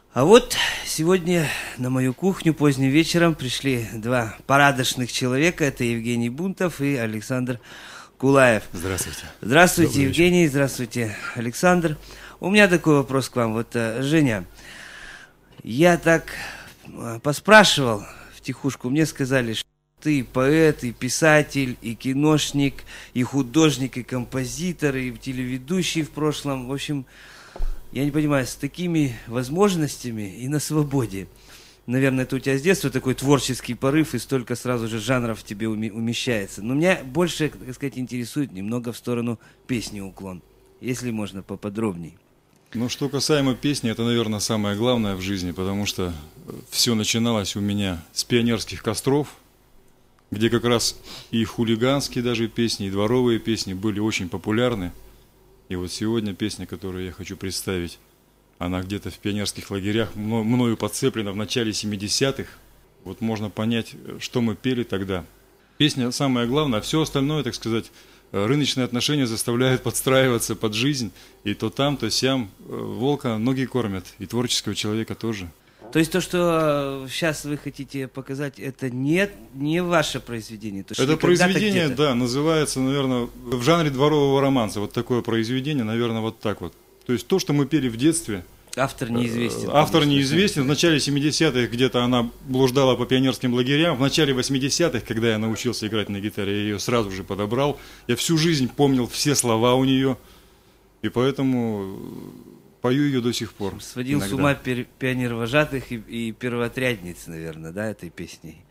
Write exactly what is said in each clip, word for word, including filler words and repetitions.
А вот сегодня на мою кухню поздним вечером пришли два порядочных человека. Это Евгений Бунтов и Александр Кулаев. Здравствуйте. Здравствуйте, Добрый Евгений. вечер. Здравствуйте, Александр. У меня такой вопрос к вам. Вот, Женя, я так поспрашивал втихушку. Мне сказали, что ты и поэт, и писатель, и киношник, и художник, и композитор, и телеведущий в прошлом. В общем, я не понимаю, с такими возможностями и на свободе. Наверное, это у тебя с детства такой творческий порыв, и столько сразу же жанров в тебе уми- умещается. Но меня больше, так сказать, интересует немного в сторону песни уклон. Если можно, поподробней. Ну, что касаемо песни, это, наверное, самое главное в жизни, потому что все начиналось у меня с пионерских костров, где как раз и хулиганские даже песни, и дворовые песни были очень популярны. И вот сегодня песня, которую я хочу представить, она где-то в пионерских лагерях мною подцеплена в начале семидесятых. Вот можно понять, что мы пели тогда. Песня самое главное, а все остальное, так сказать, рыночные отношения заставляют подстраиваться под жизнь. И то там, то сям волка ноги кормят, и творческого человека тоже. То есть то, что сейчас вы хотите показать, это не, не ваше произведение? То, это произведение, да, называется, наверное, в жанре дворового романса. Вот такое произведение, наверное, вот так вот. То есть то, что мы пели в детстве. Автор неизвестен. Автор неизвестен. В начале семидесятых где-то она блуждала по пионерским лагерям. В начале восьмидесятых, когда я научился играть на гитаре, я ее сразу же подобрал. Я всю жизнь помнил все слова у нее. И поэтому пою ее до сих пор. Сводил иногда с ума пи- пионер-вожатых и, и первоотрядниц, наверное, да, этой песней?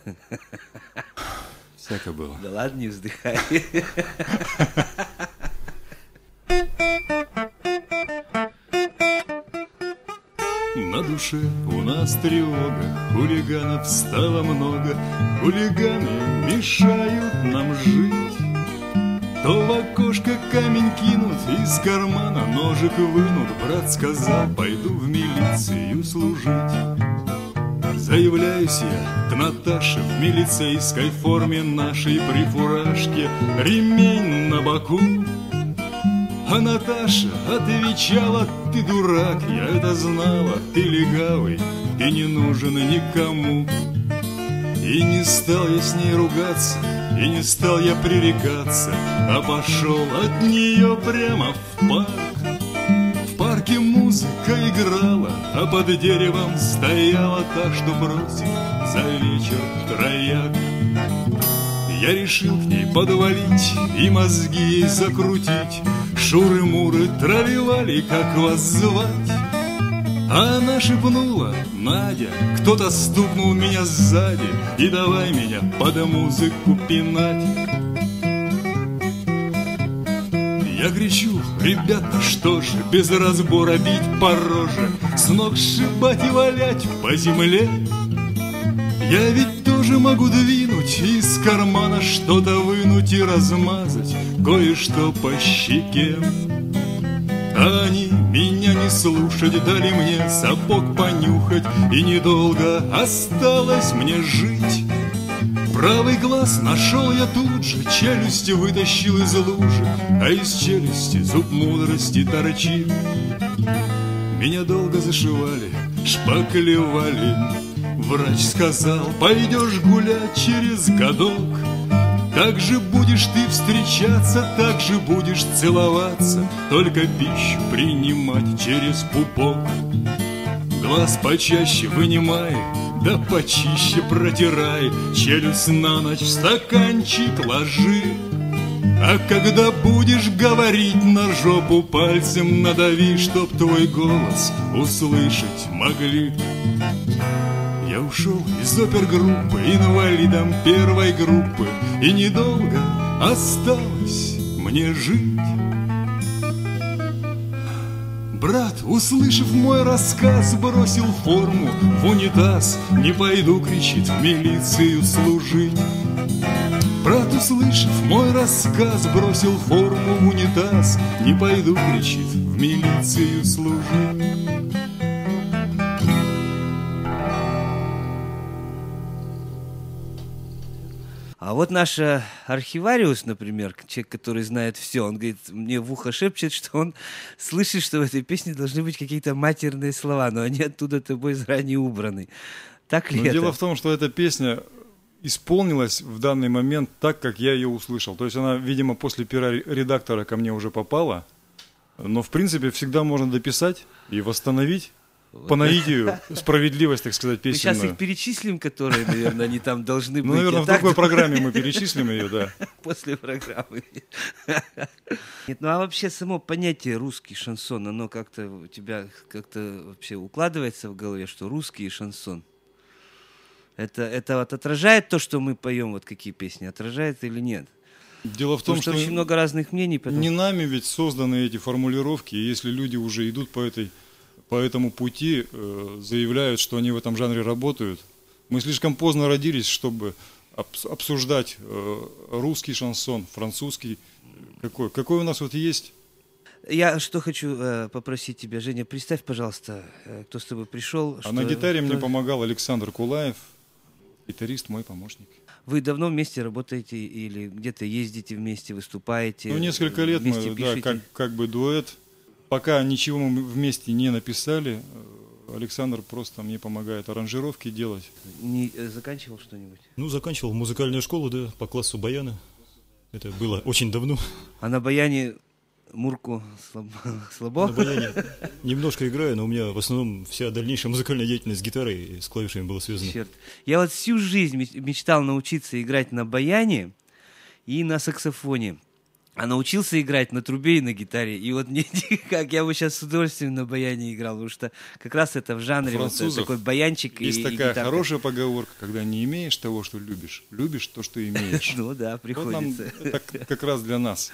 Всяко было. Да ладно, не вздыхай. На душе у нас тревога, хулиганов стало много, хулиганы мешают нам жить. То в окошко камень кинут, из кармана ножик вынут. Брат сказал, пойду в милицию служить. Заявляюсь я к Наташе в милицейской форме нашей при фуражке, ремень на боку. А Наташа отвечала, ты дурак, я это знала, ты легавый и не нужен никому. И не стал я с ней ругаться, и не стал я пререкаться, а пошел от нее прямо в парк. В парке музыка играла, а под деревом стояла та, что просит за вечер трояк. Я решил к ней подвалить и мозги ей закрутить. Шуры-муры травивали, как вас звать. А она шепнула, Надя, кто-то стукнул меня сзади, и давай меня под музыку пинать. Я кричу, ребята, что же, без разбора бить по роже, с ног сшибать и валять по земле. Я ведь тоже могу двинуть, из кармана что-то вынуть и размазать кое-что по щеке. А они меня не слушать, дали мне сапог понюхать, и недолго осталось мне жить. Правый глаз нашел я тут же, челюсть вытащил из лужи, а из челюсти зуб мудрости торчит. Меня долго зашивали, шпаклевали. Врач сказал, пойдешь гулять через годок. Так же будешь ты встречаться, так же будешь целоваться, только пищу принимать через пупок. Глаз почаще вынимай, да почище протирай, челюсть на ночь в стаканчик ложи. А когда будешь говорить, на жопу пальцем надави, чтоб твой голос услышать могли. Я ушел из опергруппы инвалидом первой группы, и недолго осталось мне жить. Брат, услышав мой рассказ, бросил форму в унитаз. Не пойду, кричит, в милицию служить. Брат, услышав мой рассказ, бросил форму в унитаз. Не пойду, кричит, в милицию служить. А вот наш э, архивариус, например, человек, который знает все, он говорит, мне в ухо шепчет, что он слышит, что в этой песне должны быть какие-то матерные слова, но они оттуда тобой заранее убраны. Так ли Но это? дело в том, что эта песня исполнилась в данный момент так, как я ее услышал. То есть она, видимо, после пера редактора ко мне уже попала, но в принципе всегда можно дописать и восстановить. По наитию, справедливость, так сказать, песенную. Мы сейчас их перечислим, которые, наверное, они там должны быть. Ну, наверное, в другой программе мы перечислим ее, да. После программы. Нет, ну а вообще само понятие русский шансон, оно как-то у тебя как-то вообще укладывается в голове, что русский и шансон? Это, это вот отражает то, что мы поем, вот какие песни, отражает или нет? Дело в том, Потому что, что очень много разных мнений. Поэтому... Не нами ведь созданы эти формулировки, и если люди уже идут по этой по этому пути, э, заявляют, что они в этом жанре работают. Мы слишком поздно родились, чтобы обс- обсуждать э, русский шансон, французский. Какой? Какой у нас вот есть? Я что хочу э, попросить тебя, Женя, представь, пожалуйста, э, кто с тобой пришел. А что, на гитаре кто... мне помогал Александр Кулаев, гитарист, мой помощник. Вы давно вместе работаете или где-то ездите вместе, выступаете? Ну, несколько лет мы, да, как, как бы дуэт. Пока ничего мы вместе не написали, Александр просто мне помогает аранжировки делать. Не заканчивал что-нибудь? Ну, заканчивал музыкальную школу, да, по классу баяна. Это было очень давно. А на баяне Мурку слабо? На баяне немножко играю, но у меня в основном вся дальнейшая музыкальная деятельность с гитарой и с клавишами была связана. Черт. Я вот всю жизнь мечтал научиться играть на баяне и на саксофоне. А научился играть на трубе и на гитаре. И вот мне как я бы сейчас с удовольствием на баяне играл, потому что как раз это в жанре вот такой баянчик. Есть и, такая и гитарка. хорошая поговорка, когда не имеешь того, что любишь, любишь то, что имеешь. Ну да, приходится. Это как раз для нас.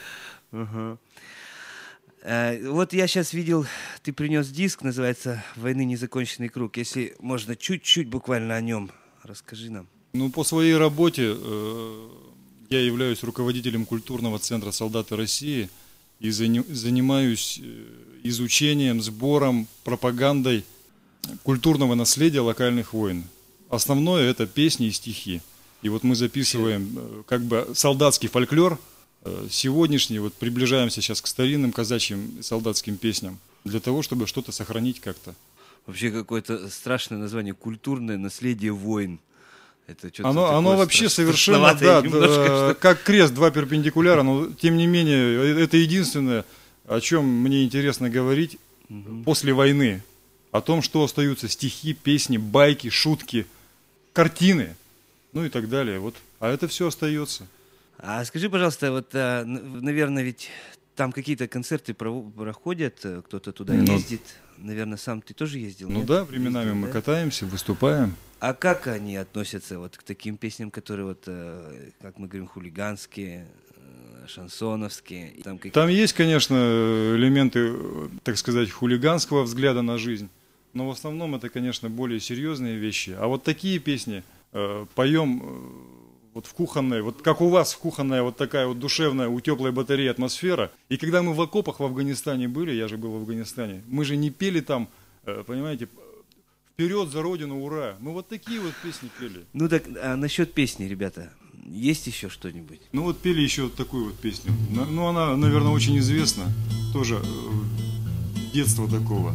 Вот я сейчас видел, ты принес диск, называется «Войны незаконченный круг». Если можно, чуть-чуть буквально о нем расскажи нам. Ну, по своей работе я являюсь руководителем культурного центра «Солдаты России» и занимаюсь изучением, сбором, пропагандой культурного наследия локальных войн. Основное – это песни и стихи. И вот мы записываем как бы солдатский фольклор сегодняшний, вот приближаемся сейчас к старинным казачьим солдатским песням, для того, чтобы что-то сохранить как-то. Вообще какое-то страшное название – «Культурное наследие войн». Это оно оно вообще совершенно, да, да, как крест, два перпендикуляра, но тем не менее, это единственное, о чем мне интересно говорить угу. после войны. О том, что остаются стихи, песни, байки, шутки, картины, ну и так далее. Вот. А это все остается. А скажи, пожалуйста, вот, наверное, ведь там какие-то концерты проходят, кто-то туда ну, ездит. Наверное, сам ты тоже ездил? Ну нет? да, временами ездил, мы да? катаемся, выступаем. А как они относятся вот к таким песням, которые, вот, как мы говорим, хулиганские, шансоновские? Там, какие... там есть, конечно, элементы, так сказать, хулиганского взгляда на жизнь, но в основном это, конечно, более серьезные вещи. А вот такие песни э, поем э, вот в кухонной, вот как у вас в кухонная вот такая вот душевная у теплой батареи атмосфера. И когда мы в окопах в Афганистане были, я же был в Афганистане, мы же не пели там, э, понимаете, вперед за родину, ура. Мы вот такие вот песни пели. Ну так, а насчет песни, ребята, есть еще что-нибудь? Ну вот пели еще вот такую вот песню. Ну она, наверное, очень известна. Тоже э, детства такого.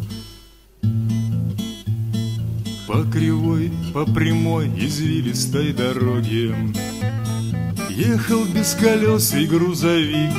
По кривой, по прямой, извилистой дороге ехал без колес и грузовик.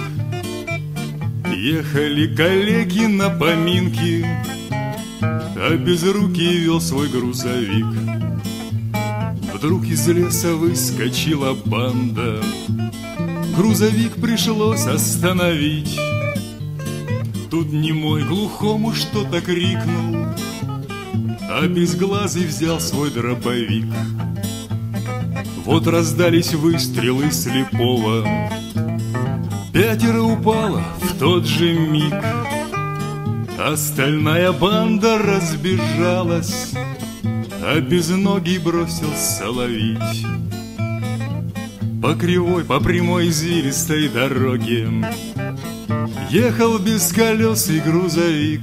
Ехали коллеги на поминки, а безрукий вел свой грузовик. Вдруг из леса выскочила банда, грузовик пришлось остановить. Тут немой глухому что-то крикнул, а безглазый взял свой дробовик. Вот раздались выстрелы слепого, пятеро упало в тот же миг. Остальная банда разбежалась, а безногий бросился ловить. По кривой, по прямой извилистой дороге ехал без колес и грузовик.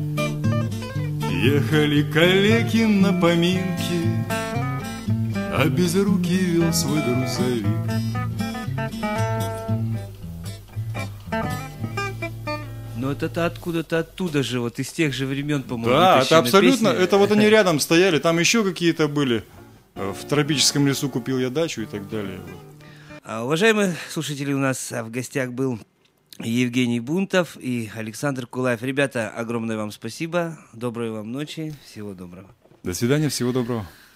Ехали коллеги на поминки, а безрукий вел свой грузовик. Ну вот это откуда-то оттуда же, вот из тех же времен, по-моему. Да, это вытащены абсолютно, песни. это вот они рядом стояли, там еще какие-то были. В тропическом лесу купил я дачу и так далее. А, уважаемые слушатели, у нас в гостях был Евгений Бунтов и Александр Кулаев. Ребята, огромное вам спасибо, доброй вам ночи, всего доброго. До свидания, всего доброго.